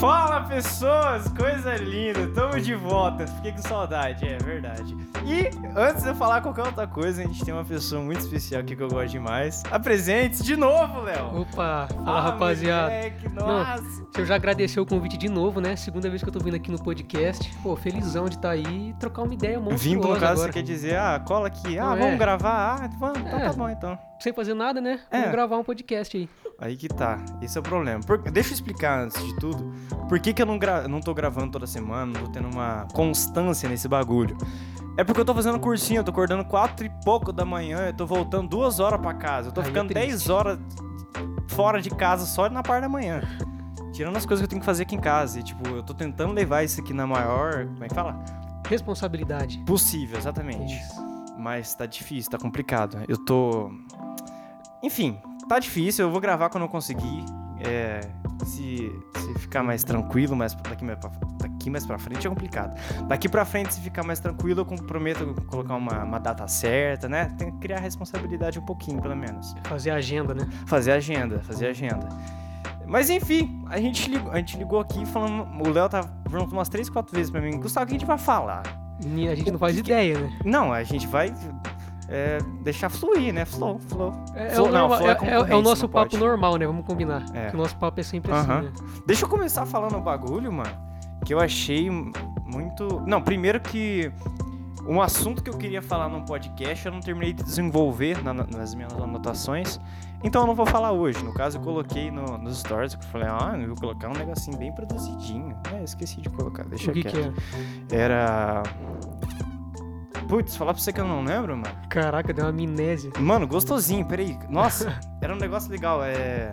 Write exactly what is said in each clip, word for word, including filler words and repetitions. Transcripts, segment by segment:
Fala, pessoas! Coisa linda! Tamo de volta. Fiquei com saudade, é verdade. E antes de eu falar qualquer outra coisa, a gente tem uma pessoa muito especial aqui que eu gosto demais. Apresente de novo, Léo! Opa! Fala, ah, rapaziada! Moleque, nossa! Não, eu já agradecer o convite de novo, né? Segunda vez que eu tô vindo aqui no podcast. Pô, felizão de estar tá aí e trocar uma ideia monstruosa. Vindo, no caso, agora. você quer dizer, ah, cola aqui, ah, Não, vamos é. gravar? Ah, vamos, então É. tá bom, então. Sem fazer nada, né? Vamos É. gravar um podcast aí. Aí que tá, esse é o problema. Por- Deixa eu explicar antes de tudo por que, que eu não, gra... não tô gravando toda semana, não tô tendo uma constância nesse bagulho. É porque eu tô fazendo cursinho, eu tô acordando quatro e pouco da manhã, eu tô voltando duas horas pra casa, eu tô Aí é ficando triste. dez horas fora de casa só na parte da manhã. Tirando as coisas que eu tenho que fazer aqui em casa. E tipo, eu tô tentando levar isso aqui na maior, como é que fala? Responsabilidade. Possível, exatamente. Isso. Mas tá difícil, tá complicado. Eu tô... Enfim, tá difícil, eu vou gravar quando eu conseguir. É, se, se ficar mais tranquilo, mas daqui mais, pra, daqui mais pra frente é complicado. Daqui pra frente, se ficar mais tranquilo, eu comprometo colocar uma, uma data certa, né? Tem que criar responsabilidade um pouquinho, pelo menos. Fazer agenda, né? Fazer agenda, fazer agenda. Mas enfim, a gente ligou, a gente ligou aqui falando... O Léo tá perguntando umas três, quatro vezes pra mim. Gustavo, o que a gente vai falar? E a gente O não faz que que- ideia, né? Não, a gente vai... É, deixar fluir, né? Flow, flow. É, é Flow- o, não, norma- flow é- é- concorrência, é o nosso não papo pode. normal, né? Vamos combinar. É. Que o nosso papo é sempre Aham. assim, né? Deixa eu começar falando um bagulho, mano, que eu achei muito... Não, primeiro que um assunto que eu queria falar num podcast eu não terminei de desenvolver na- nas minhas anotações, então eu não vou falar hoje. No caso, eu coloquei no, nos stories, eu falei, ah, eu vou colocar um negocinho bem produzidinho. É, esqueci de colocar, deixa O que quieto. que é? Era... Putz, falar pra você que eu não lembro, mano. Caraca, deu uma amnésia. Mano, gostosinho, peraí. Nossa, era um negócio legal. É.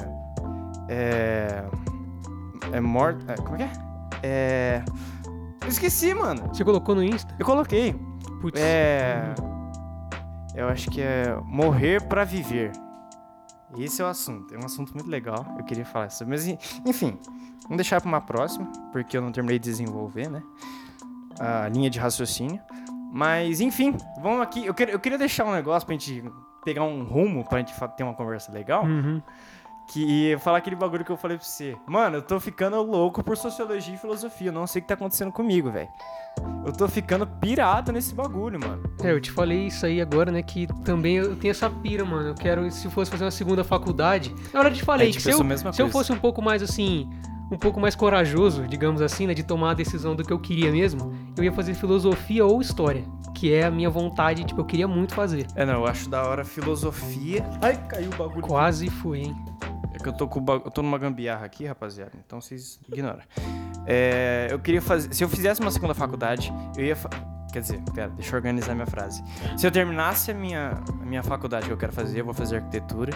É. É morto. É, como é que é? É. Eu esqueci, mano. Você colocou no Insta? Eu coloquei. Putz. É. Eu acho que é morrer pra viver. Esse é o assunto. É um assunto muito legal. Eu queria falar sobre. Mas, enfim, vamos deixar pra uma próxima, porque eu não terminei de desenvolver, né? A linha de raciocínio. Mas, enfim, vamos aqui. Eu, queria- eu queria deixar um negócio pra gente pegar um rumo, pra gente fa- ter uma conversa legal. Uhum. Que falar aquele bagulho que eu falei pra você. Mano, eu tô ficando louco por sociologia e filosofia. Eu não sei o que tá acontecendo comigo, velho. Eu tô ficando pirado nesse bagulho, mano. É, eu te falei isso aí agora, né? Que também eu tenho essa pira, mano. Eu quero, se fosse fazer uma segunda faculdade. Na hora eu te falei É, que tipo, se, eu eu, sou a mesma se eu coisa. fosse um pouco mais assim. Um pouco mais corajoso, digamos assim, né? De tomar a decisão do que eu queria mesmo, eu ia fazer filosofia ou história. Que é a minha vontade, tipo, eu queria muito fazer. É, não, eu acho da hora filosofia. Ai, caiu o bagulho. Quase fui, hein? É que eu tô, com o ba- eu tô numa gambiarra aqui, rapaziada. Então vocês ignoram. É, eu queria fazer... Se eu fizesse uma segunda faculdade, eu ia... Fa... Quer dizer, pera, deixa eu organizar minha frase. Se eu terminasse a minha, a minha faculdade que eu quero fazer, eu vou fazer arquitetura.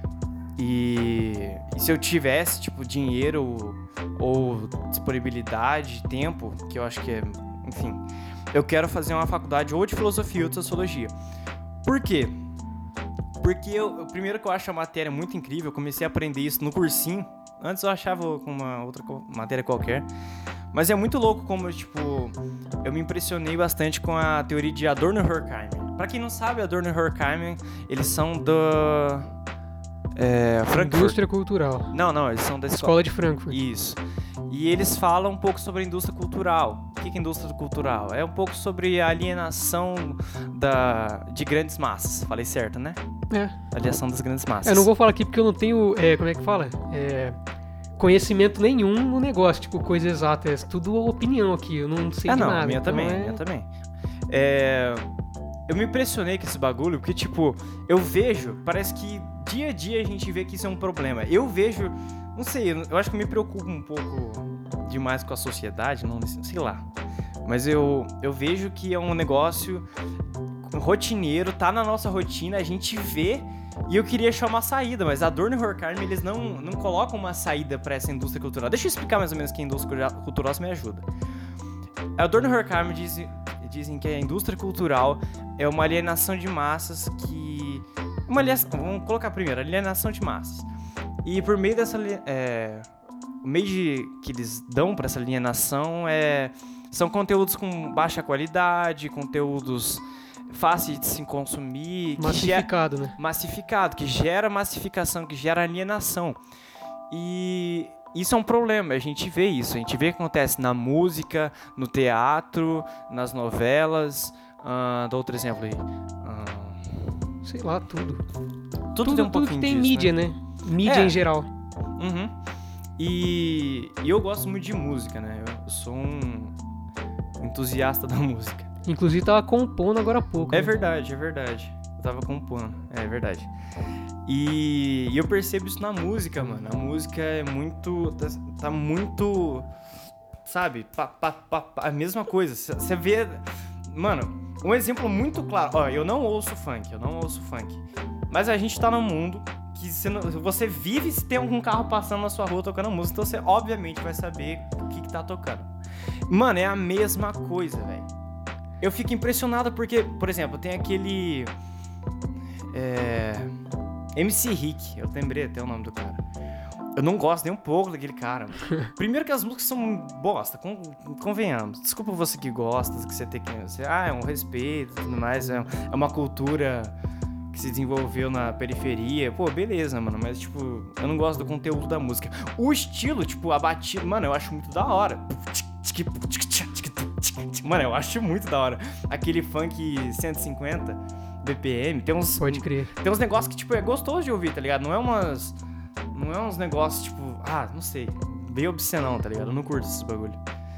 E, e se eu tivesse, tipo, dinheiro ou, ou disponibilidade, tempo, que eu acho que é... Enfim, eu quero fazer uma faculdade ou de filosofia ou de sociologia. Por quê? Porque eu, primeiro que eu acho a matéria muito incrível, eu comecei a aprender isso no cursinho. Antes eu achava com uma outra co- matéria qualquer. Mas é muito louco como, tipo, eu me impressionei bastante com a teoria de Adorno e Horkheimer. Pra quem não sabe, Adorno e Horkheimer, eles são do... É, Frankfurt. Indústria cultural. Não, não, eles são da escola. Escola de Frankfurt. Isso. E eles falam um pouco sobre a indústria cultural. O que é indústria cultural? É um pouco sobre a alienação da, de grandes massas. Falei certo, né? É. Alienação das grandes massas. Eu não vou falar aqui porque eu não tenho, é, como é que fala? É, conhecimento nenhum no negócio, tipo, coisa exata. É tudo opinião aqui, eu não sei Ah, de não, nada. a minha então também, é- a minha também. É, eu me impressionei com esse bagulho, porque, tipo, eu vejo, parece que dia a dia a gente vê que isso é um problema. Eu vejo, não sei, eu acho que eu me preocupo um pouco demais com a sociedade, não sei lá. Mas eu, eu vejo que é um negócio rotineiro, tá na nossa rotina, a gente vê, e eu queria achar uma saída, mas a Adorno e Horkheimer, eles não, não colocam uma saída pra essa indústria cultural. Deixa eu explicar mais ou menos que é a indústria cultural, se me ajuda. A Adorno e Horkheimer dizem, dizem que a indústria cultural é uma alienação de massas que... Uma alienação, vamos colocar primeiro, alienação de massas. E por meio dessa... ali- É, o meio de, que eles dão para essa alienação é, são conteúdos com baixa qualidade, conteúdos fáceis de se consumir, que gera, Massificado, né? massificado, que gera massificação, que gera alienação. E isso é um problema, a gente vê isso, a gente vê o que acontece na música, no teatro, nas novelas, uh, dá outro exemplo aí. Uh, Sei lá, tudo. tudo, Tudo, tem um tudo que pouquinho tem disso, mídia, né? né? Mídia É. em geral. Uhum. E, e eu gosto muito de música, né? Eu sou um entusiasta da música. Inclusive tava compondo agora há pouco. É né? verdade, é verdade. Eu tava compondo, é verdade. E, e eu percebo isso na música, mano. A música é muito. Tá, tá muito. Sabe? Pá, pá, pá, pá, a mesma coisa. Você vê. Mano, um exemplo muito claro. Ó, eu não ouço funk, eu não ouço funk. Mas a gente tá num mundo que você, não, você vive se tem algum carro passando na sua rua tocando música. Então você, obviamente, vai saber o que, que tá tocando. Mano, é a mesma coisa, velho. Eu fico impressionado porque, por exemplo, tem aquele. É. M C Rick, eu lembrei até o nome do cara. Eu não gosto nem um pouco daquele cara. Mano. Primeiro que as músicas são bosta, con- convenhamos. Desculpa você que gosta, que você tem que... Você, ah, é um respeito e tudo mais, é, é uma cultura que se desenvolveu na periferia. Pô, beleza, mano, mas, tipo, eu não gosto do conteúdo da música. O estilo, tipo, a batida, mano, eu acho muito da hora. Mano, eu acho muito da hora. Aquele funk cento e cinquenta B P M, tem uns... Pode crer. Tem uns negócios que, tipo, é gostoso de ouvir, tá ligado? Não é umas... Não é uns negócios, tipo... Ah, não sei. Bem obscenão, tá ligado? Eu não curto esses bagulho.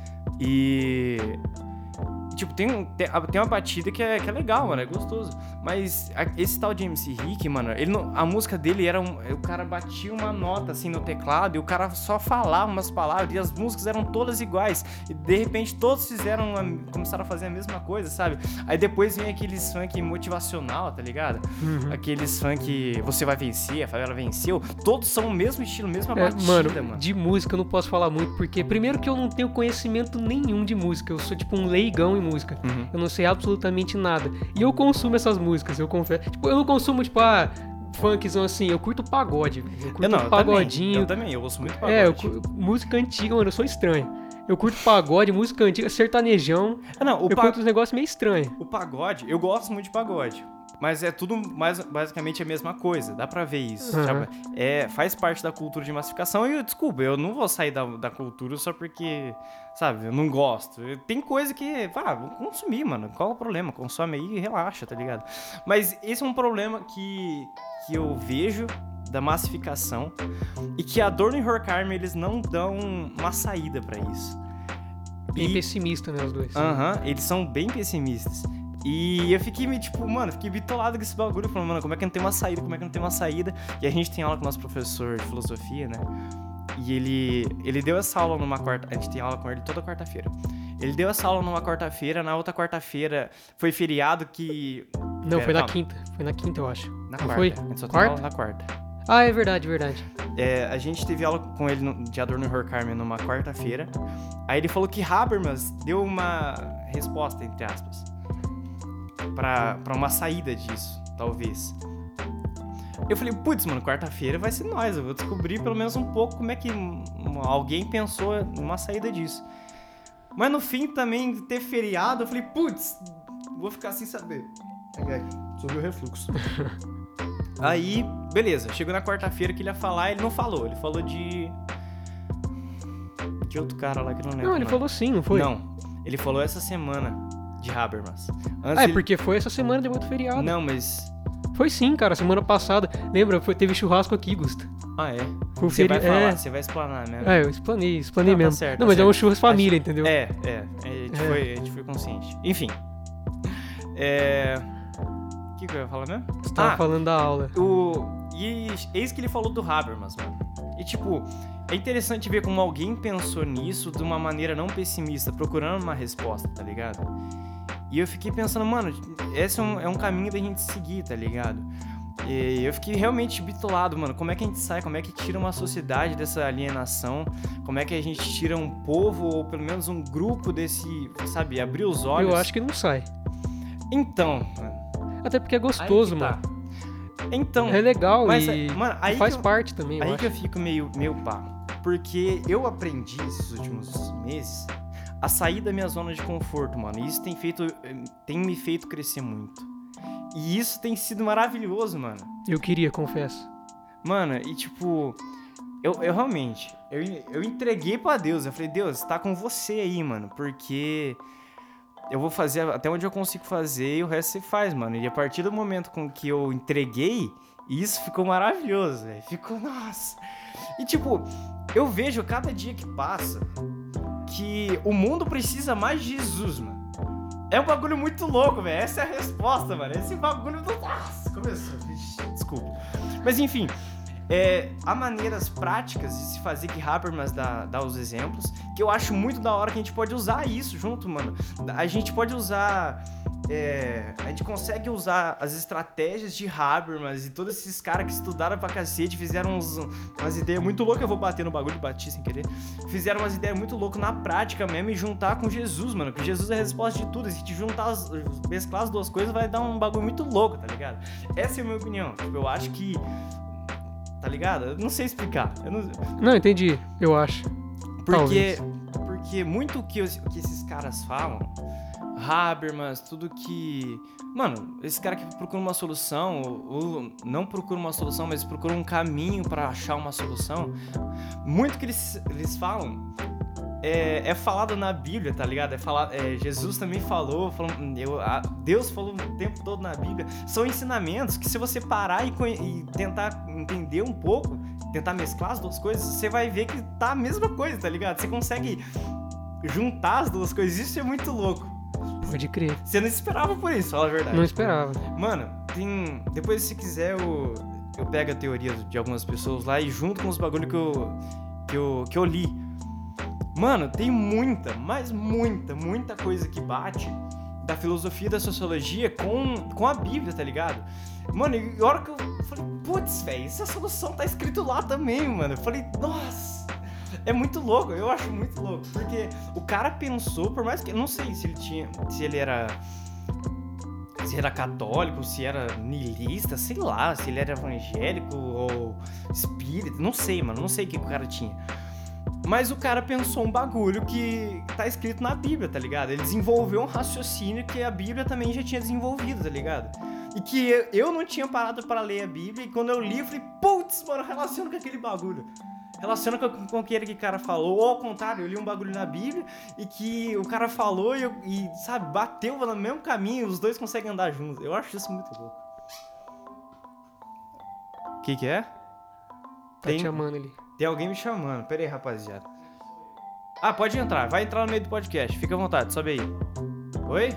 E... Tipo, tem, um- tem, tem uma batida que é, que é legal, mano. É gostoso. Mas a- esse tal de M C Rick, mano... Ele não, a música dele era... Um, o cara batia uma nota, assim, no teclado. E o cara só falava umas palavras. E as músicas eram todas iguais. E, de repente, todos fizeram... A, começaram a fazer a mesma coisa, sabe? Aí depois vem aqueles funk motivacional, tá ligado? Uhum. Aqueles funk Você Vai Vencer, a favela venceu. Todos são o mesmo estilo, mesma É, batida, mano, mano. de música eu não posso falar muito, porque primeiro que eu não tenho conhecimento nenhum de música, eu sou tipo um leigão em música. Uhum. Eu não sei absolutamente nada. E eu consumo essas músicas, eu confesso. Tipo, eu não consumo, tipo, ah, funkzão assim, eu curto pagode. velho. Eu curto Eu não, eu pagodinho. também, eu também, eu ouço muito pagode. É, eu cu- música antiga, mano, eu sou estranho. Eu curto pagode, música antiga, sertanejão. Ah, não, o, eu pa- curto uns negócios meio estranhos. o pagode, eu gosto muito de pagode. Mas é tudo mais, basicamente a mesma coisa, dá pra ver isso. Uhum. sabe? É, faz parte da cultura de massificação e, eu, desculpa, eu não vou sair da, da cultura só porque, sabe, eu não gosto. Eu- Tem coisa que, vá, vou consumir, mano. Qual é o problema? Consome aí e relaxa, tá ligado? Mas esse é um problema que, que eu vejo da massificação e que a Adorno e Horkheimer, eles não dão uma saída pra isso. Bem E- pessimista, né, os dois. Aham, eles são bem pessimistas. E eu fiquei meio, tipo, mano, fiquei bitolado com esse bagulho, falando, mano, como é que não tem uma saída, como é que não tem uma saída? E a gente tem aula com o nosso professor de filosofia, né? E ele, ele deu essa aula numa quarta... A gente tem aula com ele toda quarta-feira. Ele deu essa aula numa quarta-feira, na outra quarta-feira foi feriado que... Não, Pera, foi na calma. quinta. Foi na quinta, eu acho. Na Não quarta. foi? A gente só tem Quarta? aula na quarta. Ah, é verdade, verdade. É, a gente teve aula com ele no, de Adorno e Horkheimer numa quarta-feira. Aí ele falou que Habermas deu uma resposta, entre aspas, pra, pra uma saída disso, talvez. Eu falei, putz, mano, quarta-feira vai ser nós. Eu vou descobrir pelo menos um pouco como é que um- alguém pensou numa saída disso. Mas no fim também ter feriado, eu falei, putz, vou ficar sem saber. Sobre o refluxo. Aí, beleza, chegou na quarta-feira que ele ia falar, ele não falou, ele falou de... De outro cara lá que eu não lembro. Não, ele o nome. falou sim, não foi? Não, ele falou essa semana de Habermas. Antes Ah, é ele- porque foi essa semana de muito feriado. Não, mas... Foi sim, cara, semana passada. Lembra? Foi, teve churrasco aqui, Gusta. Ah, é? Foi Você vai feri- falar, é. você vai explanar mesmo. É, eu explanei, explanei Não, tá mesmo. certo, não, tá mas é um certo. churrasco família, Acho- entendeu? É, é, a gente, É. Foi, a gente foi consciente. Enfim. É... O que que eu ia falar mesmo? Você tava Ah, falando da aula. O... E eis que ele falou do Habermas, mano. E, tipo, é interessante ver como alguém pensou nisso de uma maneira não pessimista, procurando uma resposta, tá ligado? E eu fiquei pensando, mano, esse é um, é um caminho da gente seguir, tá ligado? E eu fiquei realmente bitolado, mano. Como é que a gente sai? Como é que tira uma sociedade dessa alienação? Como é que a gente tira um povo, ou pelo menos um grupo desse, sabe, abrir os olhos? Eu acho que não sai. Então, mano. Até porque é gostoso, aí que tá. mano. Então, É legal mas, e mano, aí faz que eu- parte também, eu aí acho. que eu fico meio, meio pá. Porque eu aprendi esses últimos meses a sair da minha zona de conforto, mano. E isso tem feito, tem me feito crescer muito. E isso tem sido maravilhoso, mano. Eu queria, confesso. Mano, e tipo, Eu, eu realmente, eu, eu entreguei pra Deus. Eu falei, Deus, tá com você aí, mano. Porque eu vou fazer até onde eu consigo fazer e o resto você faz, mano. E a partir do momento com que eu entreguei, isso ficou maravilhoso, velho. Ficou, nossa. E tipo, eu vejo cada dia que passa que o mundo precisa mais de Jesus, mano. É um bagulho muito louco, velho. Essa é a resposta, mano. Esse bagulho do... Nossa, começou. Desculpa. Mas enfim... É, há maneiras práticas de se fazer que Habermas dá, dá os exemplos, que eu acho muito da hora que a gente pode usar isso junto, mano. A gente pode usar... É, a gente consegue usar as estratégias de Habermas e todos esses caras que estudaram pra cacete, fizeram uns, umas ideias muito loucas. Eu vou bater no bagulho, bati sem querer. Fizeram umas ideias muito loucas na prática mesmo e juntar com Jesus, mano. Porque Jesus é a resposta de tudo. Se a gente juntar, as, mesclar as duas coisas, vai dar um bagulho muito louco, tá ligado? Essa é a minha opinião. Tipo, eu acho que... Tá ligado? Eu não sei explicar. Eu não... não, entendi. Eu acho. Porque, porque muito que, os, que esses caras falam, Habermas, tudo que... Mano, esse cara que procura uma solução, ou, ou não procura uma solução, mas procura um caminho pra achar uma solução, muito que eles, eles falam é, é falado na Bíblia, tá ligado? É falado, é, Jesus também falou, falou eu, a, Deus falou o tempo todo na Bíblia. São ensinamentos que se você parar e, e tentar entender um pouco, tentar mesclar as duas coisas, você vai ver que tá a mesma coisa, tá ligado? Você consegue juntar as duas coisas, isso é muito louco. Pode crer. Você não esperava por isso, fala a verdade. Não esperava. Mano, tem... Depois, se quiser, eu, eu pego a teoria de algumas pessoas lá e junto com os bagulho que eu, que eu, que eu li. Mano, tem muita, mas muita, muita coisa que bate da filosofia e da sociologia com, com a Bíblia, tá ligado? Mano, e a hora que eu falei, putz, velho, essa solução tá escrito lá também, mano. Eu falei, nossa, é muito louco, eu acho muito louco. Porque o cara pensou, por mais que... Não sei se ele tinha... Se ele era... Se era católico, se era niilista, sei lá. Se ele era evangélico ou espírita, não sei, mano. Não sei o que o cara tinha. Mas o cara pensou um bagulho que tá escrito na Bíblia, tá ligado? Ele desenvolveu um raciocínio que a Bíblia também já tinha desenvolvido, tá ligado? E que eu não tinha parado pra ler a Bíblia, e quando eu li, eu falei, putz, mano, relaciona com aquele bagulho. Relaciona com, com aquele que o cara falou, ou ao contrário, eu li um bagulho na Bíblia, e que o cara falou e, eu, e sabe, bateu no mesmo caminho, os dois conseguem andar juntos. Eu acho isso muito louco. O que que é? Tá Tem... te chamando ali. Tem alguém me chamando. Pera aí, rapaziada. Ah, pode entrar. Vai entrar no meio do podcast. Fica à vontade. Sobe aí. Oi?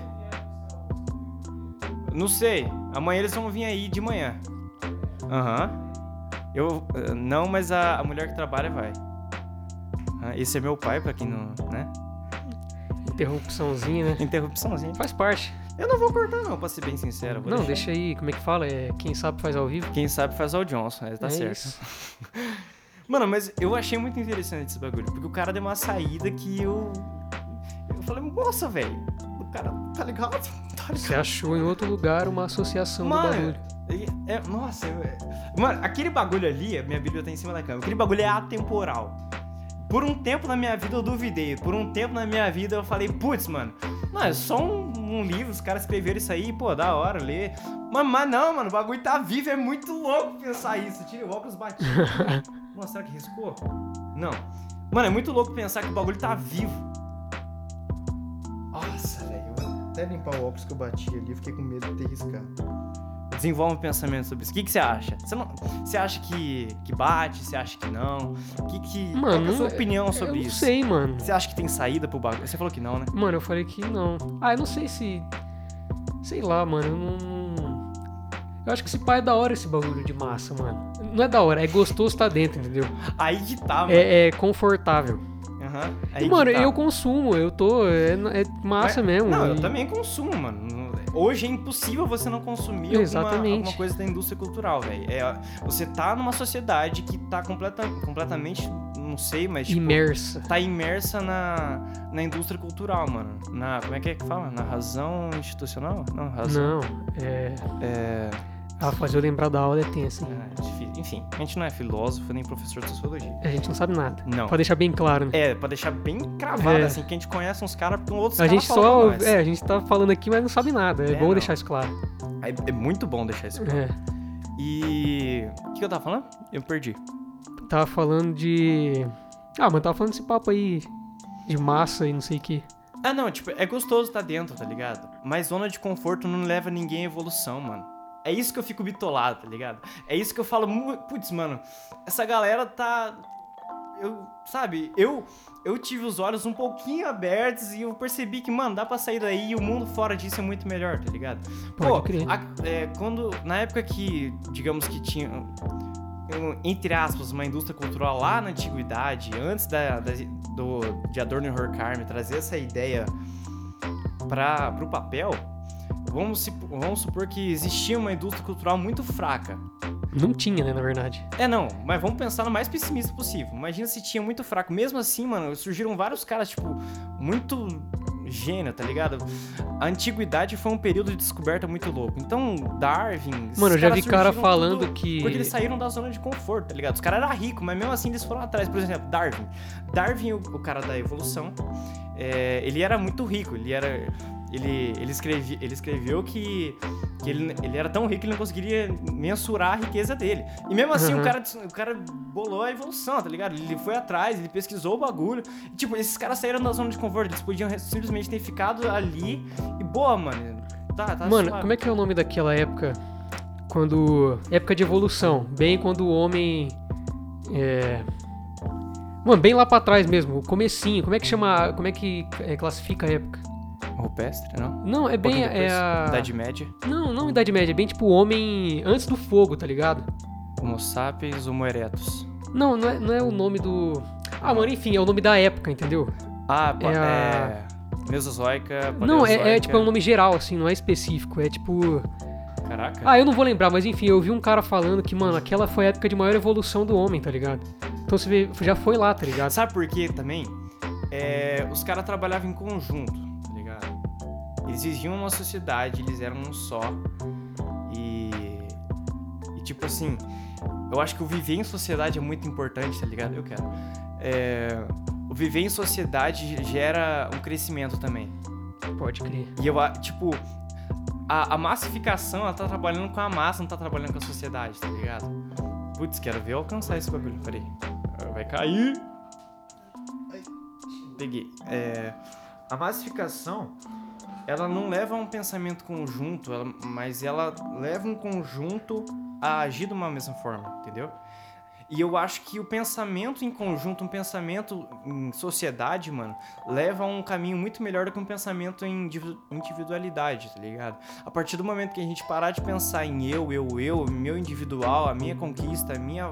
Não sei. Amanhã eles vão vir aí de manhã. Aham. Uhum. Eu... Não, mas a, a mulher que trabalha vai. Ah, esse é meu pai, pra quem não... né? Interrupçãozinha, né? Interrupçãozinha. Faz parte. Eu não vou cortar não, pra ser bem sincero. Vou não, deixar... deixa aí. Como é que fala? É, quem sabe faz ao vivo? Quem sabe faz ao Johnson. É, tá é certo. Isso. Mano, mas eu achei muito interessante esse bagulho, porque o cara deu uma saída que eu... Eu falei, nossa, velho, o cara tá ligado? Tá ligado? Você achou em outro lugar uma associação Mano, do bagulho. É, nossa, eu, mano, aquele bagulho ali, minha Bíblia tá em cima da cama, aquele bagulho é atemporal. Por um tempo na minha vida eu duvidei, por um tempo na minha vida eu falei, putz, mano, não, é só um, um livro, os caras escreveram isso aí, pô, da hora, ler. Mas, mas não, mano, o bagulho tá vivo, é muito louco pensar isso. Tira o óculos batido. Nossa, será que riscou? Não. Mano, é muito louco pensar que o bagulho tá vivo. Nossa, velho, eu vou até limpar o óculos que eu bati ali, eu fiquei com medo de ter riscado. Desenvolve um pensamento sobre isso. O que, que você acha? Você, não, você acha que, que bate? Você acha que não? Que que, mano, qual que é a sua opinião sobre eu isso? Eu não sei, mano. Você acha que tem saída pro bagulho? Você falou que não, né? Mano, eu falei que não. Ah, eu não sei se... Sei lá, mano, eu não... Eu acho que esse pai é da hora esse bagulho de massa, mano. Não é da hora, é gostoso tá dentro, entendeu? Aí que tá, mano. É, é confortável. Uhum, e, mano, tá. eu consumo, eu tô... É, é massa Mas, mesmo. Não, e... eu também consumo, mano. Hoje é impossível você não consumir alguma, alguma coisa da indústria cultural, velho. É, você tá numa sociedade que tá completa, completamente, não sei, mas tipo... Imersa. Tá imersa na, na indústria cultural, mano. Na, como é que é que fala? Na razão institucional? Não, razão... Não, é... É... Ah, fazer eu lembrar da aula é tenso, hein? É difícil. Enfim, a gente não é filósofo nem professor de sociologia. A gente não sabe nada. Não. Pra deixar bem claro, né? É, pra deixar bem cravado, é. assim, que a gente conhece uns caras, porque outros a caras gente falam só, mais. É, a gente tá falando aqui, mas não sabe nada. É, É, bom não. deixar isso claro. É, é muito bom deixar isso claro. É. E... O que eu tava falando? Eu perdi. tava falando de... Ah, mas tava falando desse papo aí de massa e não sei o que. Ah, não, tipo, é gostoso estar dentro, tá ligado? Mas zona de conforto não leva ninguém à evolução, mano. É isso que eu fico bitolado, tá ligado? É isso que eu falo, putz, mano, essa galera tá... Eu, sabe, eu, eu tive os olhos um pouquinho abertos e eu percebi que, mano, dá pra sair daí e o mundo fora disso é muito melhor, tá ligado? Pode Pô, crer. a, é, quando, na época que, digamos que tinha, entre aspas, uma indústria cultural lá na antiguidade, antes da, da, do, de Adorno e Horkheimer trazer essa ideia para pro papel, vamos, vamos supor que existia uma indústria cultural muito fraca. Não tinha, né, na verdade. É, não, mas vamos pensar no mais pessimista possível. Imagina se tinha muito fraco. Mesmo assim, mano, surgiram vários caras, tipo, muito gênio, tá ligado? A antiguidade foi um período de descoberta muito louco. Então, Darwin... Mano, eu já vi cara falando que... Porque eles saíram da zona de conforto, tá ligado? Os caras eram ricos, mas mesmo assim eles foram atrás. Por exemplo, Darwin. Darwin, o, o cara da evolução, é, ele era muito rico, ele era... Ele, ele, escrevi, ele escreveu que, que ele, ele era tão rico que ele não conseguiria mensurar a riqueza dele. E mesmo assim, uhum. o, cara, o cara bolou a evolução, tá ligado? Ele foi atrás, ele pesquisou o bagulho. E, tipo, esses caras saíram da zona de conforto. Eles podiam simplesmente ter ficado ali e boa, mano. Tá, tá mano, suave. Como é que é o nome daquela época? Quando... Época de evolução. Bem quando o homem... É... Mano, bem lá pra trás mesmo. O comecinho. Como é que chama... Como é que é, classifica a época? Rupestre, não? Não, é bem... É a... Idade Média? Não, não Idade Média. É bem tipo o homem antes do fogo, tá ligado? Homo sapiens, Homo erectus. Não, não é, não é o nome do... Ah, mano, enfim, é o nome da época, entendeu? Ah, é... é... Mesozoica, Paleozoica... Não, é, é tipo é um nome geral, assim, não é específico. É tipo... Caraca. Ah, eu não vou lembrar, mas enfim, eu vi um cara falando que, mano, aquela foi a época de maior evolução do homem, tá ligado? Então você vê, já foi lá, tá ligado? Sabe por quê também? É, os caras trabalhavam em conjunto. Eles viviam uma sociedade, eles eram um só. E, e tipo assim, eu acho que o viver em sociedade é muito importante, tá ligado? Eu quero. É, o viver em sociedade gera um crescimento também. Pode crer. E eu, tipo, a, a massificação, ela tá trabalhando com a massa, não tá trabalhando com a sociedade, tá ligado? Putz, quero ver eu alcançar esse bagulho. Peraí. Vai cair. Peguei. É, a massificação... ela não leva a um pensamento conjunto, ela, mas ela leva um conjunto a agir de uma mesma forma, entendeu? E eu acho que o pensamento em conjunto, um pensamento em sociedade, mano, leva a um caminho muito melhor do que um pensamento em individualidade, tá ligado? A partir do momento que a gente parar de pensar em eu, eu, eu, meu individual, a minha conquista, a minha...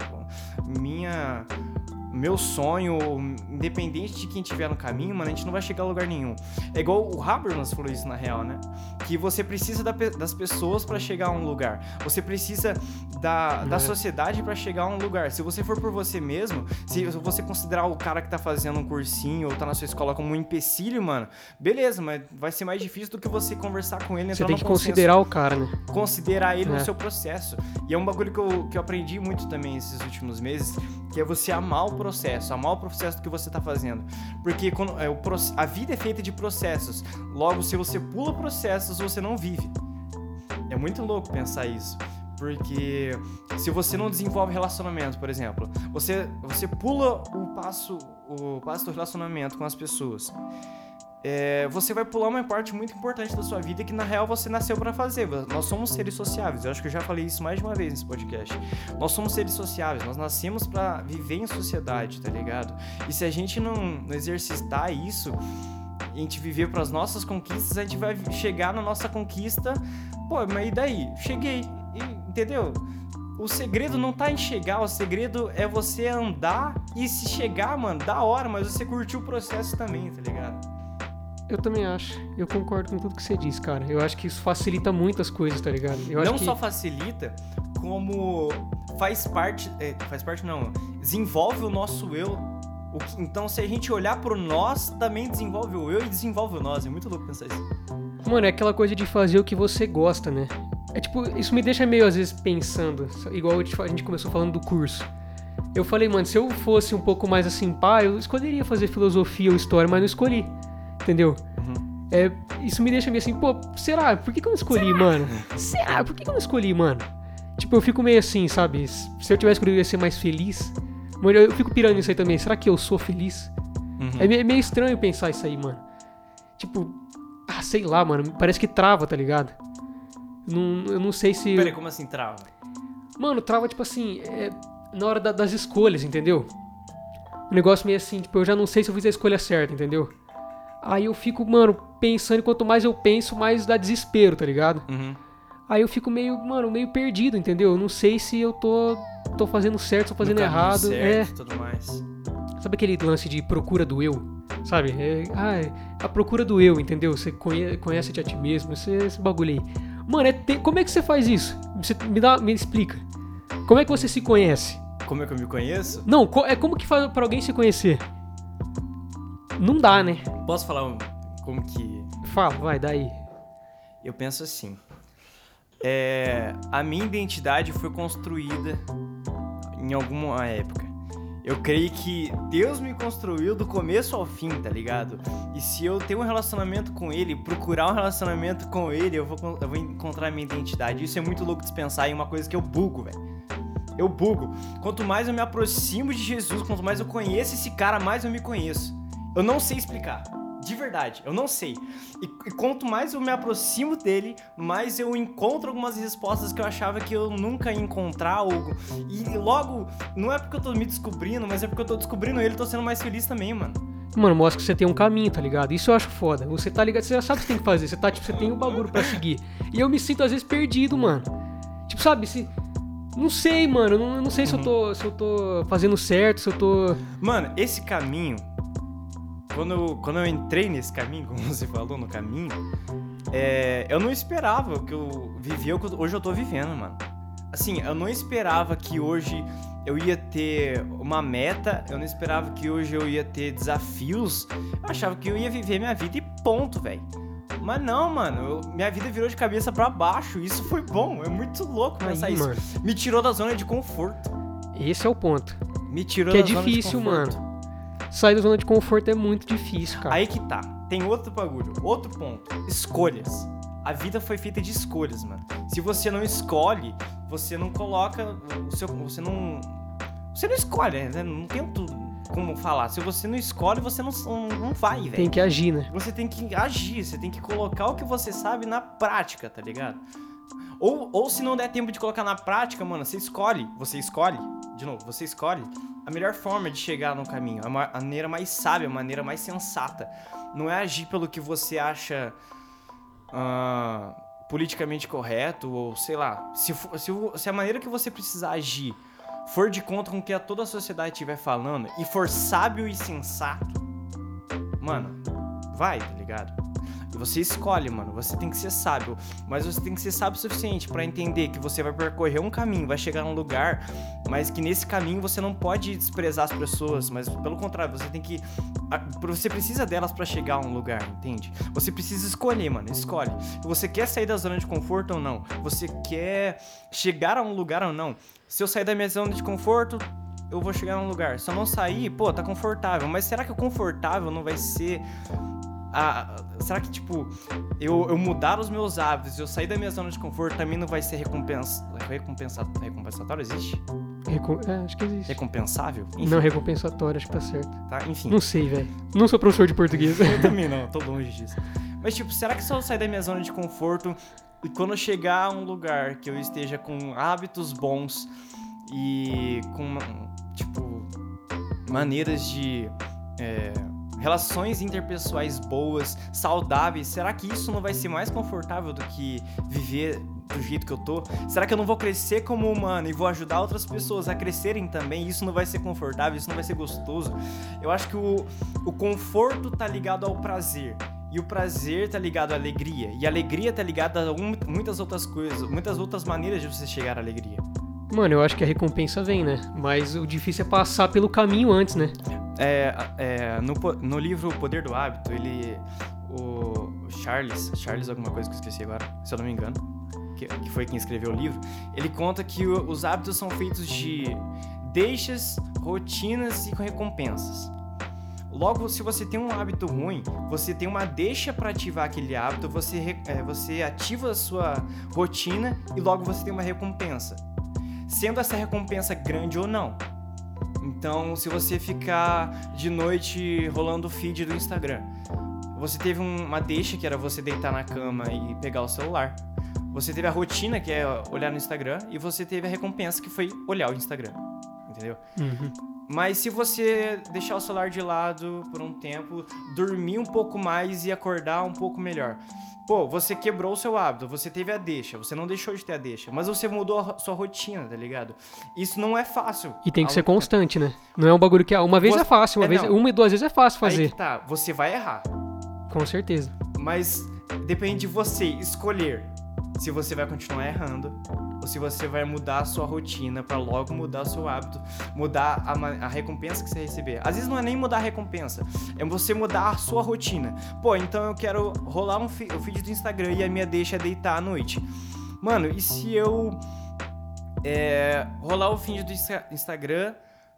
minha meu sonho, independente de quem estiver no caminho, mano, a gente não vai chegar a lugar nenhum. É igual o Habermas falou isso na real, né? Que você precisa da, das pessoas pra chegar a um lugar. Você precisa da, da sociedade pra chegar a um lugar. Se você for por você mesmo, se você considerar o cara que tá fazendo um cursinho ou tá na sua escola como um empecilho, mano, beleza, mas vai ser mais difícil do que você conversar com ele. Você tem que considerar o cara, né? Considerar ele é. no seu processo. E é um bagulho que eu, que eu aprendi muito também esses últimos meses, que é você amar o processo, amar o processo do que você tá fazendo. Porque quando, é, o, a vida é feita de processos. Logo, se você pula processos, você não vive. É muito louco pensar isso. Porque se você não desenvolve relacionamento, por exemplo, você, você pula o passo, o passo do relacionamento com as pessoas. É, você vai pular uma parte muito importante da sua vida que na real você nasceu pra fazer. Nós somos seres sociáveis. Eu acho que eu já falei isso mais de uma vez nesse podcast. Nós somos seres sociáveis. Nós nascemos pra viver em sociedade, tá ligado? E se a gente não, não exercitar isso, a gente viver pras nossas conquistas, a gente vai chegar na nossa conquista. Pô, mas e daí? Cheguei. E, entendeu? O segredo não tá em chegar, o segredo é você andar e se chegar, mano, da hora, mas você curtir o processo também, tá ligado? Eu também acho. Eu concordo com tudo que você disse, cara. Eu acho que isso facilita muitas coisas, tá ligado? Eu não acho que... só facilita, como faz parte... É, faz parte não. Desenvolve o nosso eu. O que, então, se a gente olhar pro nós, também desenvolve o eu e desenvolve o nós. É muito louco pensar isso. Mano, é aquela coisa de fazer o que você gosta, né? É tipo, isso me deixa meio, às vezes, pensando. Igual a gente começou falando do curso. Eu falei, mano, se eu fosse um pouco mais assim, pá, eu escolheria fazer filosofia ou história, mas não escolhi. Entendeu? Uhum. É, isso me deixa meio assim, pô, será? Por que, que eu não escolhi, será? mano? Será? Por que, que eu não escolhi, mano? Tipo, eu fico meio assim, sabe? Se eu tivesse escolhido, eu ia ser mais feliz. Mano, eu fico pirando nisso aí também. Será que eu sou feliz? Uhum. É meio, é meio estranho pensar isso aí, mano. Tipo, ah, sei lá, mano. Parece que trava, tá ligado? Não, eu não sei se... Peraí, como assim trava? Mano, trava, tipo assim, é, na hora da, das escolhas, entendeu? Um negócio meio assim, tipo, eu já não sei se eu fiz a escolha certa, entendeu? Aí eu fico, mano, pensando, e quanto mais eu penso, mais dá desespero, tá ligado? Uhum. Aí eu fico meio, mano, meio perdido, entendeu? Eu não sei se eu tô, tô fazendo certo, tô fazendo No caminho errado. certo, É. tudo mais. Sabe aquele lance de procura do eu? Sabe? É, ah, é a procura do eu, entendeu? Você conhe, conhece-te a ti mesmo, esse, esse bagulho aí. Mano, é te, como é que você faz isso? Você me, dá, me explica. Como é que você se conhece? Como é que eu me conheço? Não, co- é como que faz pra alguém se conhecer? Não dá, né? Posso falar um- como que... Fala, vai, daí. Eu penso assim. É, a minha identidade foi construída em alguma época. Eu creio que Deus me construiu do começo ao fim, tá ligado? E se eu ter um relacionamento com Ele, procurar um relacionamento com Ele, eu vou, eu vou encontrar a minha identidade. Isso é muito louco de pensar em uma coisa que eu bugo, velho. Eu bugo. Quanto mais eu me aproximo de Jesus, quanto mais eu conheço esse cara, mais eu me conheço. Eu não sei explicar. De verdade, eu não sei. E, e quanto mais eu me aproximo dele, mais eu encontro algumas respostas que eu achava que eu nunca ia encontrar. Ou, e logo, não é porque eu tô me descobrindo, mas é porque eu tô descobrindo ele e tô sendo mais feliz também, mano. Mano, mostra que você tem um caminho, tá ligado? Isso eu acho foda. Você tá ligado, você já sabe o que você tem que fazer. Você tá, tipo, você tem um bagulho pra seguir. E eu me sinto, às vezes, perdido, mano. Tipo, sabe, se... Não sei, mano. Eu não, eu não sei se, Uhum. eu tô, se eu tô fazendo certo, se eu tô... Mano, esse caminho... Quando eu, quando eu entrei nesse caminho, como você falou, no caminho, é, eu não esperava que eu vivia o que eu- hoje eu tô vivendo, mano. Assim, eu não esperava que hoje eu ia ter uma meta, eu não esperava que hoje eu ia ter desafios. Eu achava que eu ia viver minha vida e ponto, velho. Mas não, mano, eu- minha vida virou de cabeça pra baixo. Isso foi bom, é muito louco pensar Aí, isso. mano. Me tirou da zona de conforto. Esse é o ponto. Me tirou Que é da zona difícil, de conforto. mano. Sair da zona de conforto é muito difícil, cara. Aí que tá. Tem outro bagulho, outro ponto. Escolhas. A vida foi feita de escolhas, mano. Se você não escolhe, você não coloca o seu... Você não... Você não escolhe, né? Não tem tudo como falar. Se você não escolhe, você não, não vai, velho. Tem que agir, né? Você tem que agir, você tem que colocar o que você sabe na prática, tá ligado? Ou, ou se não der tempo de colocar na prática, mano, você escolhe, você escolhe, de novo, você escolhe a melhor forma de chegar no caminho, a ma- a maneira mais sábia, a maneira mais sensata. Não é agir pelo que você acha ah, politicamente correto, ou sei lá, se, for- se, o- se a maneira que você precisar agir for de conta com o que a toda a sociedade estiver falando e for sábio e sensato, mano, vai, tá ligado? E você escolhe, mano, você tem que ser sábio, mas você tem que ser sábio o suficiente pra entender que você vai percorrer um caminho, vai chegar num lugar, mas que nesse caminho você não pode desprezar as pessoas, mas pelo contrário, você tem que... a- Você precisa delas pra chegar a um lugar, entende? Você precisa escolher, mano, escolhe. Você quer sair da zona de conforto ou não? Você quer chegar a um lugar ou não? Se eu sair da minha zona de conforto, eu vou chegar num lugar. Se eu não sair, pô, tá confortável, mas será que o confortável não vai ser... Ah, será que, tipo, eu, eu mudar os meus hábitos, eu sair da minha zona de conforto também não vai ser recompensa, recompensa, recompensatório? Existe? Recom... É, acho que existe. Recompensável? Enfim, Não, recompensatório, acho que tá certo. tá? Enfim. Não sei, velho. Não sou professor de português. Eu também não, tô longe disso. Mas, tipo, será que se eu sair da minha zona de conforto e quando eu chegar a um lugar que eu esteja com hábitos bons e com, tipo, maneiras de... é, relações interpessoais boas, saudáveis, será que isso não vai ser mais confortável do que viver do jeito que eu tô? Será que eu não vou crescer como humano e vou ajudar outras pessoas a crescerem também? Isso não vai ser confortável, isso não vai ser gostoso? Eu acho que o, o conforto tá ligado ao prazer. E o prazer tá ligado à alegria. E a alegria tá ligada a um- muitas outras coisas, muitas outras maneiras de você chegar à alegria. Mano, eu acho que a recompensa vem, né? Mas o difícil é passar pelo caminho antes, né? É, é, no, po- no livro O Poder do Hábito, ele... O Charles, Charles alguma coisa que eu esqueci agora, se eu não me engano, que, que foi quem escreveu o livro, ele conta que o- os hábitos são feitos de deixas, rotinas e recompensas. Logo, se você tem um hábito ruim, você tem uma deixa para ativar aquele hábito, você, re- é, você ativa a sua rotina e logo você tem uma recompensa. Sendo essa recompensa grande ou não. Então, se você ficar de noite rolando o feed do Instagram, você teve um, uma deixa, que era você deitar na cama e pegar o celular. Você teve a rotina, que é olhar no Instagram, e você teve a recompensa, que foi olhar o Instagram. Entendeu? Uhum. Mas se você deixar o celular de lado por um tempo, dormir um pouco mais e acordar um pouco melhor. Pô, você quebrou o seu hábito, você teve a deixa, você não deixou de ter a deixa, mas você mudou a sua rotina, tá ligado? Isso não é fácil. E tem que ser constante, né? Não é um bagulho que uma vez Você- é fácil, uma é, vez, não. uma e duas vezes é fácil Aí fazer. que tá, você vai errar, Com certeza. mas depende de você escolher se você vai continuar errando ou se você vai mudar a sua rotina pra logo mudar o seu hábito, mudar a, ma- a recompensa que você receber. Às vezes não é nem mudar a recompensa, é você mudar a sua rotina. Pô, então eu quero rolar um fi- o feed do Instagram e a minha deixa é deitar à noite. Mano, e se eu é, rolar o feed do Insta- Instagram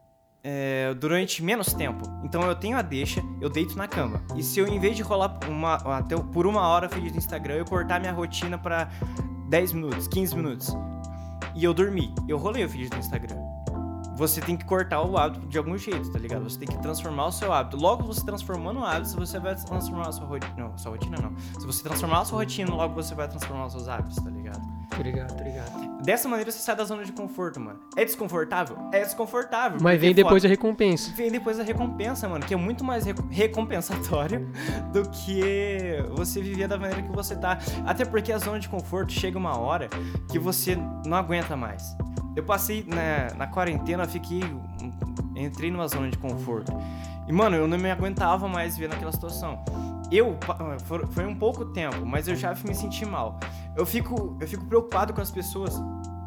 é, durante menos tempo? Então eu tenho a deixa, eu deito na cama. E se eu, em vez de rolar uma, até por uma hora o feed do Instagram, eu cortar minha rotina pra dez minutos, quinze minutos, e eu dormi, eu rolei o feed do Instagram. Você tem que cortar o hábito de algum jeito, tá ligado? Você tem que transformar o seu hábito. Logo você transformando o hábito, você vai transformar a sua rotina. Não, sua rotina não. Se você transformar a sua rotina, logo você vai transformar os seus hábitos, tá ligado? Obrigado, obrigado. Dessa maneira você sai da zona de conforto, mano. É desconfortável? É desconfortável. Mas porque vem depois foda- a recompensa. Vem depois a recompensa, mano, que é muito mais reco- recompensatório do que você viver da maneira que você tá. Até porque a zona de conforto chega uma hora que você não aguenta mais. Eu passei na, na quarentena, eu fiquei. Entrei numa zona de conforto. E, mano, eu não me aguentava mais ver naquela situação. Eu, pa- for- foi um pouco tempo, mas eu já me senti mal. Eu fico, eu fico preocupado com as pessoas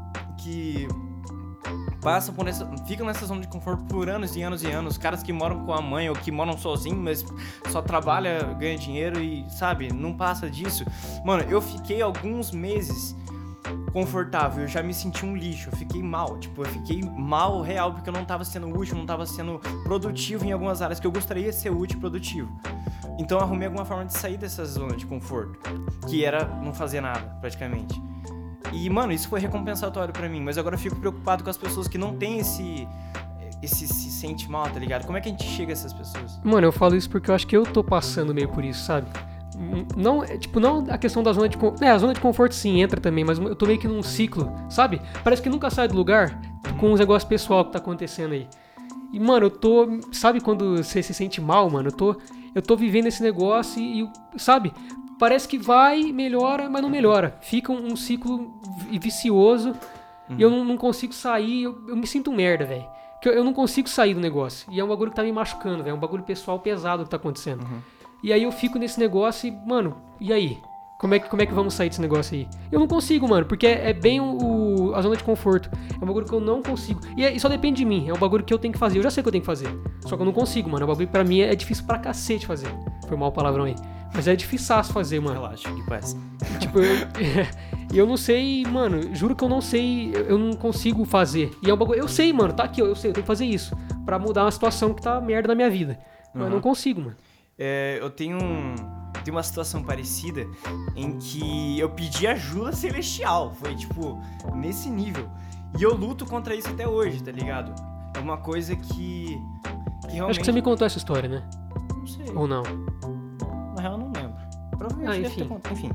que passam por essa, ficam nessa zona de conforto por anos e anos e anos. Caras que moram com a mãe ou que moram sozinhos, mas só trabalha, ganha dinheiro e, sabe, não passa disso. Mano, eu fiquei alguns meses confortável, eu já me senti um lixo, eu fiquei mal, tipo, eu fiquei mal real porque eu não tava sendo útil, não tava sendo produtivo em algumas áreas que eu gostaria de ser útil e produtivo. Então eu arrumei alguma forma de sair dessa zona de conforto, que era não fazer nada, praticamente. E, mano, isso foi recompensatório pra mim, mas agora eu fico preocupado com as pessoas que não têm esse... esse se sente mal, tá ligado? Como é que a gente chega a essas pessoas? Mano, eu falo isso porque eu acho que eu tô passando meio por isso, sabe? Não, é, tipo, não a questão da zona de conforto. É, a zona de conforto sim entra também, mas eu tô meio que num ciclo, sabe? Parece que nunca sai do lugar com os negócios pessoal que tá acontecendo aí. E, mano, eu tô. Sabe quando você se sente mal, mano? Eu tô, eu tô vivendo esse negócio e, e, sabe? Parece que vai, melhora, mas não melhora. Fica um, um ciclo vi- vicioso e eu não, não consigo sair. Eu, eu me sinto um merda, velho. Que eu, eu não consigo sair do negócio. E é um bagulho que tá me machucando, velho. É um bagulho pessoal pesado que tá acontecendo. Uhum. E aí eu fico nesse negócio e, mano, e aí? Como é que, como é que vamos sair desse negócio aí? Eu não consigo, mano, porque é, é bem o, o- a zona de conforto. É um bagulho que eu não consigo. E, é- e só depende de mim, é um bagulho que eu tenho que fazer. Eu já sei que eu tenho que fazer. Só que eu não consigo, mano. É um bagulho que pra mim é, é difícil pra cacete fazer. Foi mal o palavrão aí. Mas é difícil fazer, mano. Relaxa, que paz. Tipo, eu, eu não sei, mano, juro que eu não sei, eu, eu não consigo fazer. E é um bagulho, eu sei, mano, tá aqui, ó, eu sei, eu tenho que fazer isso. Pra mudar uma situação que tá merda na minha vida. Mas eu Uhum. não consigo, mano. É, eu tenho, um, tenho uma situação parecida em que eu pedi ajuda celestial. Foi, tipo, nesse nível. E eu luto contra isso até hoje, tá ligado? É uma coisa que, que realmente... Acho que você me contou essa história, né? Não sei. Ou não? Na real, eu não lembro. Provavelmente Ah, deve enfim. ter contado. Enfim.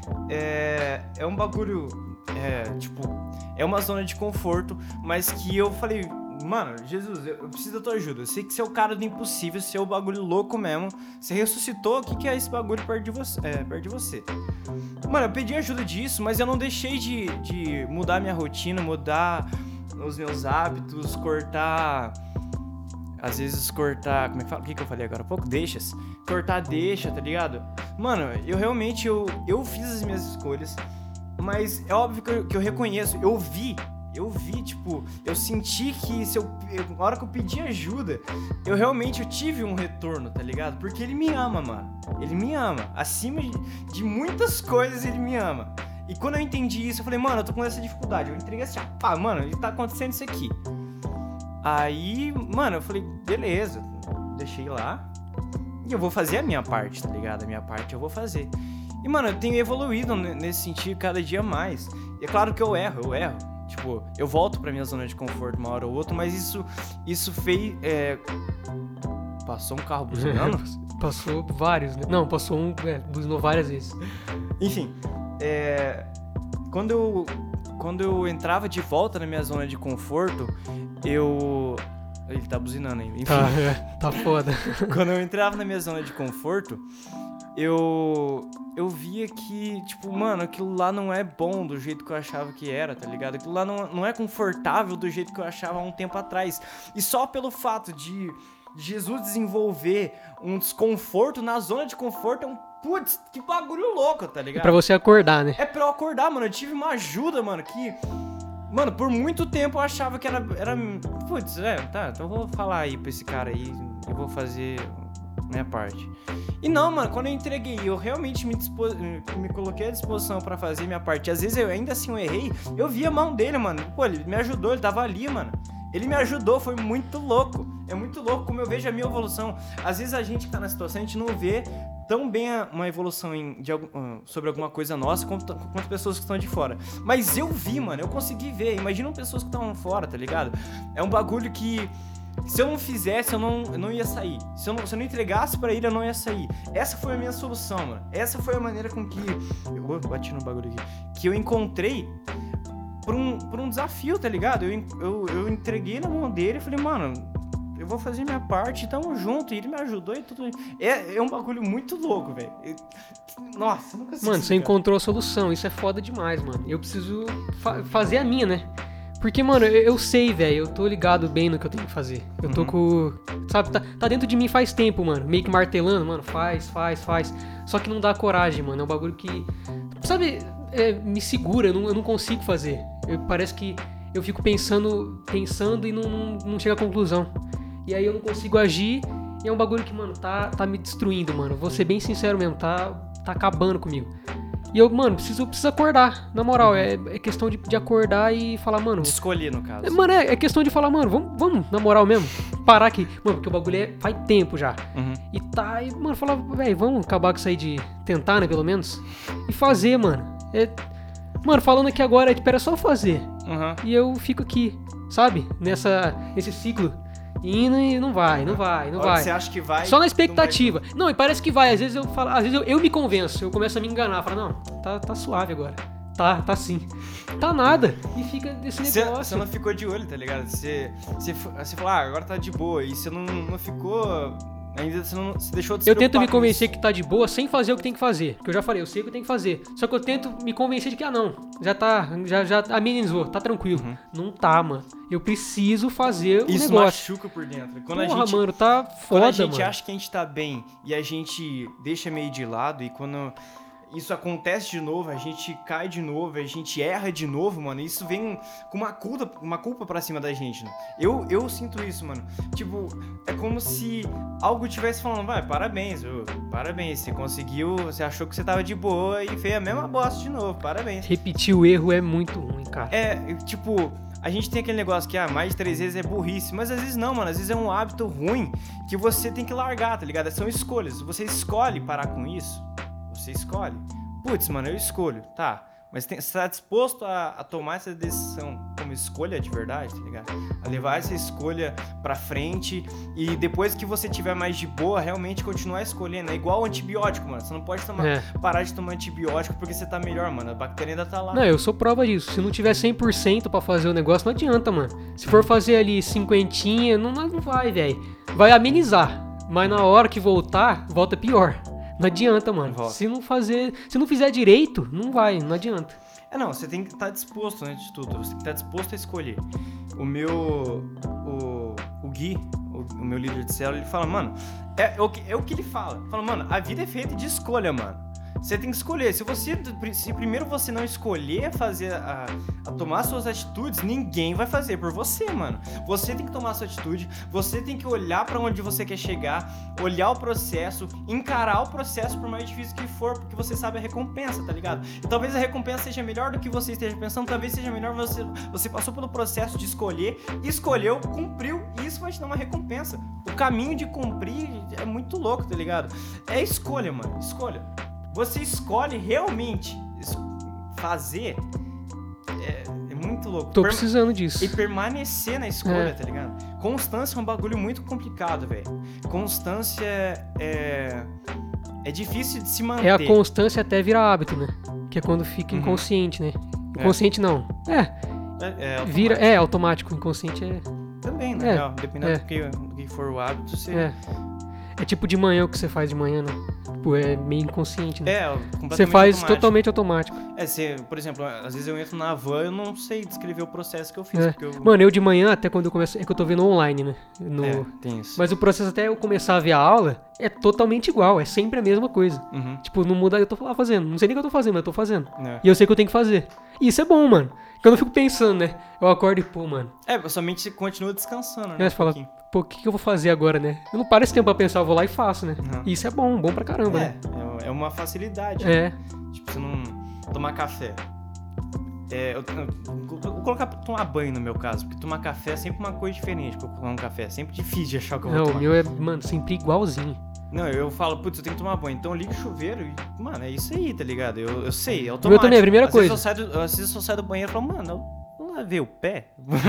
É, é um bagulho... É, tipo... É uma zona de conforto, mas que eu falei... Mano, Jesus, eu eu preciso da tua ajuda. Eu sei que você é o cara do impossível, você é o bagulho louco mesmo. Você ressuscitou, o que, que é esse bagulho perto de você? É, perto de você. Mano, eu pedi ajuda disso, mas eu não deixei de, de mudar minha rotina, mudar os meus hábitos, cortar... Às vezes cortar... Como é que fala? O que, que eu falei agora há pouco? Deixas. Cortar deixa, tá ligado? Mano, eu realmente... Eu, eu fiz as minhas escolhas, mas é óbvio que eu, que eu reconheço. Eu vi... Eu vi, tipo, eu senti que se eu, eu, na hora que eu pedi ajuda, eu realmente eu tive um retorno, tá ligado? Porque ele me ama, mano. Ele me ama. Acima de, de muitas coisas, ele me ama. E quando eu entendi isso, eu falei, mano, eu tô com essa dificuldade. Eu entreguei assim, ah, mano, tá acontecendo isso aqui. Aí, mano, eu falei, beleza, deixei lá. E eu vou fazer a minha parte, tá ligado? A minha parte eu vou fazer. E, mano, eu tenho evoluído nesse sentido cada dia mais. E é claro que eu erro, eu erro. Tipo, eu volto pra minha zona de conforto uma hora ou outra, mas isso, isso fez... É... Passou um carro buzinando? Passou vários, né? Não, passou um, é, buzinou várias vezes. Enfim, é... Quando eu, quando eu entrava de volta na minha zona de conforto, eu... Ele tá buzinando ainda, enfim. Tá, é, tá foda. Quando eu entrava na minha zona de conforto, eu... Eu via que, tipo, mano, aquilo lá não é bom do jeito que eu achava que era, tá ligado? Aquilo lá não, não é confortável do jeito que eu achava há um tempo atrás. E só pelo fato de Jesus desenvolver um desconforto na zona de conforto é um... Putz, que bagulho louco, tá ligado? É pra você acordar, né? É pra eu acordar, mano. Eu tive uma ajuda, mano, que... Mano, por muito tempo eu achava que era... era putz, é, tá, então eu vou falar aí pra esse cara aí e vou fazer minha parte. E não, mano, quando eu entreguei, eu realmente me, dispo... me coloquei à disposição pra fazer minha parte. Às vezes eu ainda assim eu errei, eu vi a mão dele, mano. Pô, ele me ajudou, ele tava ali, mano. Ele me ajudou, foi muito louco. É muito louco como eu vejo a minha evolução. Às vezes a gente que tá na situação, a gente não vê tão bem a, uma evolução em, de, uh, sobre alguma coisa nossa quanto, quanto as pessoas que estão de fora. Mas eu vi, mano, eu consegui ver. Imagina pessoas que estão fora, tá ligado? É um bagulho que... Se eu não fizesse, eu não, eu não ia sair. Se eu não, se eu não entregasse pra ele, eu não ia sair. Essa foi a minha solução, mano. Essa foi a maneira com que... Eu bati no bagulho aqui. Que eu encontrei por um, por um desafio, tá ligado? Eu, eu, eu entreguei na mão dele e falei, mano, eu vou fazer minha parte, tamo junto. E ele me ajudou e tudo. É, é um bagulho muito louco, velho. Nossa, eu nunca sei. Mano, você encontrou a solução. Isso é foda demais, mano. Eu preciso fa- fazer a minha, né? Porque, mano, eu, eu sei, velho, eu tô ligado bem no que eu tenho que fazer. Eu tô uhum. com... Sabe, tá, tá dentro de mim faz tempo, mano. Meio que martelando, mano, faz, faz, faz. Só que não dá coragem, mano. É um bagulho que... Sabe, é, me segura, eu não, eu não consigo fazer. Eu, parece que eu fico pensando, pensando e não, não, não chega à conclusão. E aí eu não consigo agir e é um bagulho que, mano, tá, tá me destruindo, mano. Vou ser bem sincero mesmo, tá, tá acabando comigo. E eu, mano, preciso, preciso acordar, na moral, é, é questão de, de acordar e falar, mano... De escolher, no caso. É, mano, é, é questão de falar, mano, vamos, vamos, na moral mesmo, parar aqui. Mano, porque o bagulho é, faz tempo já. Uhum. E tá, e, mano, falar, velho, vamos acabar com isso aí de tentar, né, pelo menos. E fazer, mano. É, mano, falando aqui agora, é tipo, era só fazer. Uhum. E eu fico aqui, sabe, nessa, nesse ciclo. Indo e não vai, não vai, não Olha, vai. Você acha que vai? Só na expectativa. Não, vai... não, e parece que vai. Às vezes eu falo, às vezes eu, eu me convenço, eu começo a me enganar. Falo, não, tá, tá suave agora. Tá, tá sim. Tá nada. E fica desse negócio. Você não ficou de olho, tá ligado? Você, você, você falou, ah, agora tá de boa. E você não, não ficou... Ainda você, não, você deixou de se Eu tento me convencer isso. que tá de boa sem fazer o que tem que fazer. Porque eu já falei, eu sei o que eu tenho que fazer. Só que eu tento me convencer de que, ah, não, já tá, já, já amenizou, tá tranquilo. Uhum. Não tá, mano. Eu preciso fazer o isso negócio. Isso machuca por dentro. Quando Porra, a gente, mano, tá foda, Quando a gente mano. acha que a gente tá bem e a gente deixa meio de lado e quando... Isso acontece de novo, a gente cai de novo, a gente erra de novo, mano. Isso vem com uma culpa, uma culpa pra cima da gente, né? Eu, eu sinto isso, mano. Tipo, é como se algo tivesse falando, vai, parabéns, ô, parabéns, você conseguiu, você achou que você tava de boa e fez a mesma bosta de novo, parabéns. Repetir o erro é muito ruim, cara. É, tipo... A gente tem aquele negócio que, ah, mais de três vezes é burrice. Mas às vezes não, mano. Às vezes é um hábito ruim que você tem que largar, tá ligado? São escolhas. Você escolhe parar com isso, você escolhe. Putz, mano, eu escolho, tá. Mas tem, você tá disposto a, a tomar essa decisão como escolha de verdade, tá ligado? A levar essa escolha pra frente e depois que você tiver mais de boa, realmente continuar escolhendo. É igual antibiótico, mano. Você não pode tomar, é. parar de tomar antibiótico porque você tá melhor, mano. A bactéria ainda tá lá. Não, eu sou prova disso. Se não tiver cem por cento pra fazer o negócio, não adianta, mano. Se for fazer ali cinquentinha, não, não vai, velho. Vai amenizar. Mas na hora que voltar, volta pior. Não adianta, mano. Volta. Se não fazer, se não fizer direito, não vai, não adianta. É, não, você tem que estar disposto, né, de tudo. Você tem que estar disposto a escolher. O meu, o, o Gui, o, o meu líder de célula, ele fala, mano, é, é, o que, é o que ele fala. Ele fala, mano, a vida é feita de escolha, mano. Você tem que escolher. Se você, se primeiro você não escolher fazer a, a tomar suas atitudes, ninguém vai fazer por você, mano. Você tem que tomar sua atitude, você tem que olhar pra onde você quer chegar, olhar o processo, encarar o processo por mais difícil que for, porque você sabe a recompensa, tá ligado? E talvez a recompensa seja melhor do que você esteja pensando, talvez seja melhor você, você passou pelo processo de escolher, escolheu, cumpriu, e isso vai te dar uma recompensa. O caminho de cumprir é muito louco, tá ligado? É escolha, mano, escolha. Você escolhe realmente fazer, é, é muito louco. Tô Per- precisando disso. E permanecer na escolha, É. tá ligado? Constância é um bagulho muito complicado, velho. Constância é... É difícil de se manter. É a constância até virar hábito, né? Que é quando fica Uhum. inconsciente, né? Inconsciente não. É, É, é vira, automático. é automático. Inconsciente é, Também, né? É, Não, dependendo é. do, que, do que for o hábito, você... é. É tipo de manhã o que você faz de manhã, né? Tipo, é meio inconsciente, né? É, completamente Você faz automático. totalmente automático. É, você, por exemplo, às vezes eu entro na van e eu não sei descrever o processo que eu fiz. É. Porque eu... Mano, eu de manhã, até quando eu começo. É que eu tô vendo online, né? No... É, tem isso. Mas o processo até eu começar a ver a aula é totalmente igual, é sempre a mesma coisa. Uhum. Tipo, não muda, eu tô lá fazendo. Não sei nem o que eu tô fazendo, mas eu tô fazendo. É. E eu sei que eu tenho que fazer. E isso é bom, mano. Porque eu não fico pensando, né? Eu acordo e, pô, mano. É, somente você continua descansando, né? Aí você um fala, pouquinho. pô, o que, que eu vou fazer agora, né? Eu não paro esse tempo pra pensar, eu vou lá e faço, né? Uhum. E isso é bom, bom pra caramba, É, né? é, é uma facilidade. É. Tipo, você não tomar café. É, eu, eu, eu vou colocar pra tomar banho no meu caso, porque tomar café é sempre uma coisa diferente. Porque eu tomar um café é sempre difícil de achar o que eu vou Não, o tomar. meu é, mano, sempre igualzinho. Não, eu falo, putz, eu tenho que tomar banho. Então eu ligo o chuveiro e, mano, é isso aí, tá ligado? Eu, eu sei, é automático. O meu também, a primeira às coisa. Vezes eu saio do, às vezes eu saio do banheiro e falo, mano, eu não lavei o pé?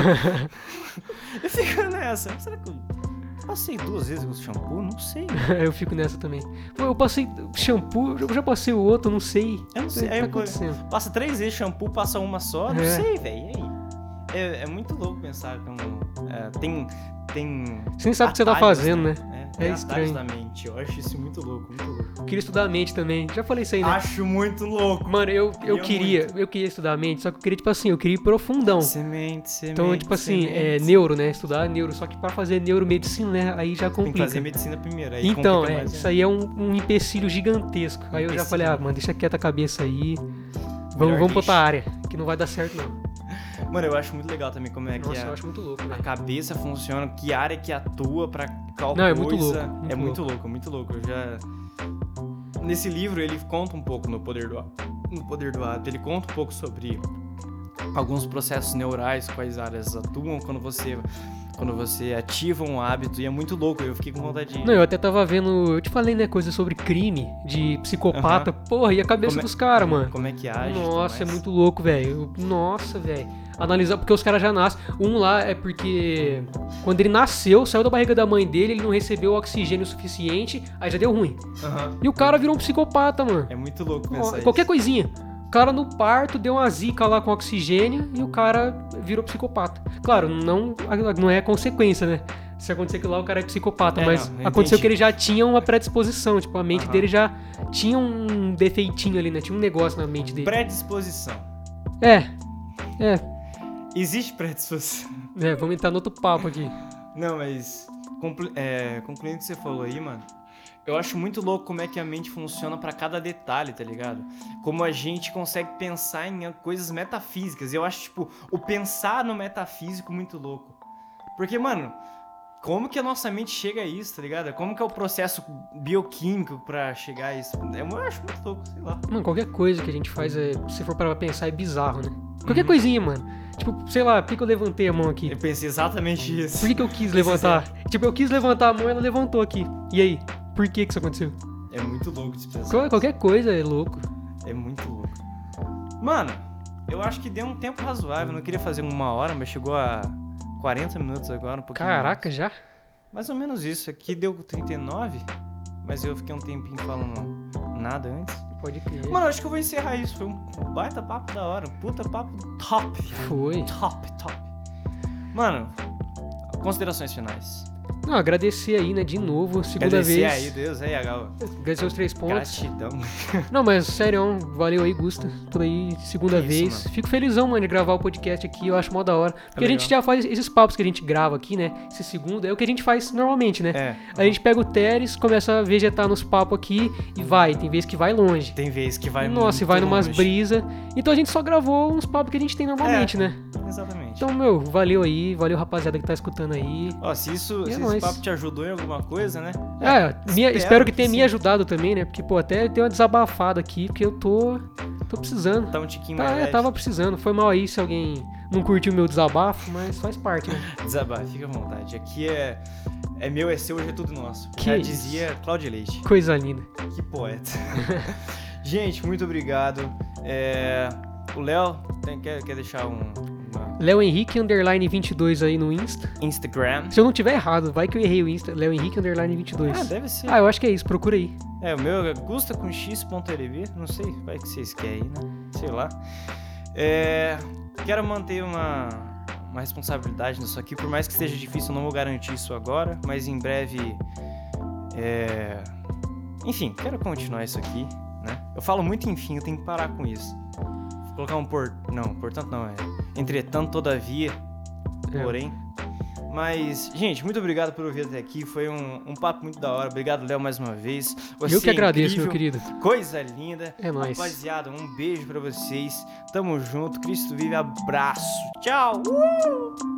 Eu fico nessa. Será que eu passei duas vezes com shampoo? Não sei. Eu fico nessa também. Pô, eu passei shampoo, eu já passei o outro, não sei. Eu não sei. O que Aí tá eu- acontecendo? Passa três vezes shampoo, passa uma só? Não É. sei, velho. E aí? É, é muito louco pensar como. É, tem. Tem. Você nem sabe o que você tá atalhos, fazendo, né? É, É tem atalhos estranho. da mente. Eu acho isso muito louco, muito louco. Eu queria estudar a mente também. Já falei isso aí, né? Acho muito louco. Mano, eu, eu Queria queria, eu queria estudar a mente, só que eu queria, tipo assim, eu queria ir profundão. Semente, semente. Então, tipo assim, é semente. neuro, né? Estudar neuro. Só que pra fazer neuromedicina, né? Aí já Tem que complica. fazer medicina primeiro. Aí Então, complica é, mais, isso né? aí é um, um empecilho gigantesco. Aí eu já Empecilho. falei, ah, mano, deixa quieta a cabeça aí. Vamos, Melhor vamos pra outra deixa. área, que não vai dar certo, não. Mano, eu acho muito legal também como é que Nossa, a, eu acho muito louco, a velho. cabeça funciona, que área que atua pra qual Não, é coisa. muito louco, muito é muito louco, muito louco. Eu já... Nesse livro ele conta um pouco no Poder do, no Poder do Hábito, ele conta um pouco sobre alguns processos neurais, quais áreas atuam quando você, quando você ativa um hábito, e é muito louco, eu fiquei com vontade de... Não, eu até tava vendo, eu te falei, né, coisas sobre crime, de psicopata. Porra, e a cabeça Como é- dos caras, mano. Como é que age e tudo Nossa, é mais. muito louco, velho. Nossa, velho. Analisar, porque os caras já nascem. Um lá é porque quando ele nasceu, saiu da barriga da mãe dele, ele não recebeu oxigênio suficiente, aí já deu ruim. Aham. E o cara virou um psicopata, mano. É muito louco Ó, pensar qualquer isso. coisinha. O cara no parto deu uma zica lá com oxigênio e o cara virou psicopata. Claro, não, não é consequência, né? Se acontecer aquilo lá, o cara é psicopata. É, mas não, eu aconteceu entendi. que ele já tinha uma predisposição. Tipo, a mente Aham. dele já tinha um defeitinho ali, né? Tinha um negócio na mente dele. Predisposição. É. É. Existe predisposição. É, vamos entrar no outro papo aqui. Não, mas conclu- é, concluindo o que você falou aí, mano, eu acho muito louco como é que a mente funciona pra cada detalhe, tá ligado? Como a gente consegue pensar em coisas metafísicas. Eu acho, tipo, o pensar no metafísico muito louco. Porque, mano, como que a nossa mente chega a isso, tá ligado? Como que é o processo bioquímico pra chegar a isso? Eu acho muito louco, sei lá. Mano, qualquer coisa que a gente faz, é, se for para pensar, é bizarro, né? Qualquer Uhum. coisinha, mano. Tipo, sei lá, por que que eu levantei a mão aqui? Eu pensei exatamente isso. Por que, que eu quis levantar? Tipo, eu quis levantar a mão e ela levantou aqui. E aí? Por que que isso aconteceu? É muito louco de pensar. Qual- Qualquer coisa é louco. É muito louco. Mano, eu acho que deu um tempo razoável. Eu não queria fazer uma hora, mas chegou a quarenta minutos agora, um pouquinho. Caraca, já? mais. Mais ou menos isso. Aqui deu trinta e nove, mas eu fiquei um tempinho falando nada antes. Pode crer. Mano, eu acho que eu vou encerrar isso. Foi um baita papo da hora. Um puta papo top. Foi. Top, top. Mano, considerações finais. Não, agradecer aí, né, de novo, segunda Agradecer vez. aí, Deus, aí, Agal. Agradecer os três pontos. Gratidão. Não, mas sério, valeu aí, Gusta. Tô aí, segunda Que isso, vez. mano. Fico felizão, mano, de gravar o podcast aqui. Eu acho mó da hora. Porque a legal. gente já faz esses papos que a gente grava aqui, né? Esse segundo é o que a gente faz normalmente, né? É. A gente pega o Teres, começa a vegetar nos papos aqui e vai. Tem vezes que vai longe. Tem vez que vai Nossa, e muito vai numas longe. brisa. Então a gente só gravou uns papos que a gente tem normalmente, É. né? Exatamente. Então, meu, valeu aí. Valeu, rapaziada, que tá escutando aí. Ó, se isso, E é se esse nóis. papo te ajudou em alguma coisa, né? É, minha- espero espero que que tenha sim. me ajudado também, né? Porque, pô, até deu uma desabafada aqui, porque eu tô. tô precisando. Tá um tiquinho Tá, mais é, leve. tava precisando. Foi mal aí se alguém não curtiu o meu desabafo, mas faz parte, né? Desabar, fica à vontade. Aqui é, é meu, é seu, hoje é tudo nosso. Que Já isso. dizia Cláudio Leite. Coisa linda. Que poeta. Gente, muito obrigado. É, o Léo tem- quer, quer deixar um... uma- Léo Henrique underline vinte e dois aí no Insta. Instagram. Se eu não tiver errado, vai que eu errei o Insta. Léo Henrique underline vinte e dois. Ah, deve ser. Ah, eu acho que é isso, procura aí. É, o meu é gusta com x.lb, não sei, vai que vocês querem, né? Sei lá. É, quero manter uma, uma responsabilidade nisso aqui, por mais que seja difícil, eu não vou garantir isso agora, mas em breve... É... Enfim, quero continuar isso aqui, né? Eu falo muito enfim, eu tenho que parar com isso. Vou colocar um por... Não, portanto não, é... Entretanto, todavia, porém... Mas, gente, muito obrigado por ouvir até aqui. Foi um, um papo muito da hora. Obrigado, Léo, mais uma vez. Você eu que agradeço, é incrível, meu querido. Coisa linda. É nóis. Rapaziada, um beijo pra vocês. Tamo junto. Cristo vive. Abraço. Tchau. Uh!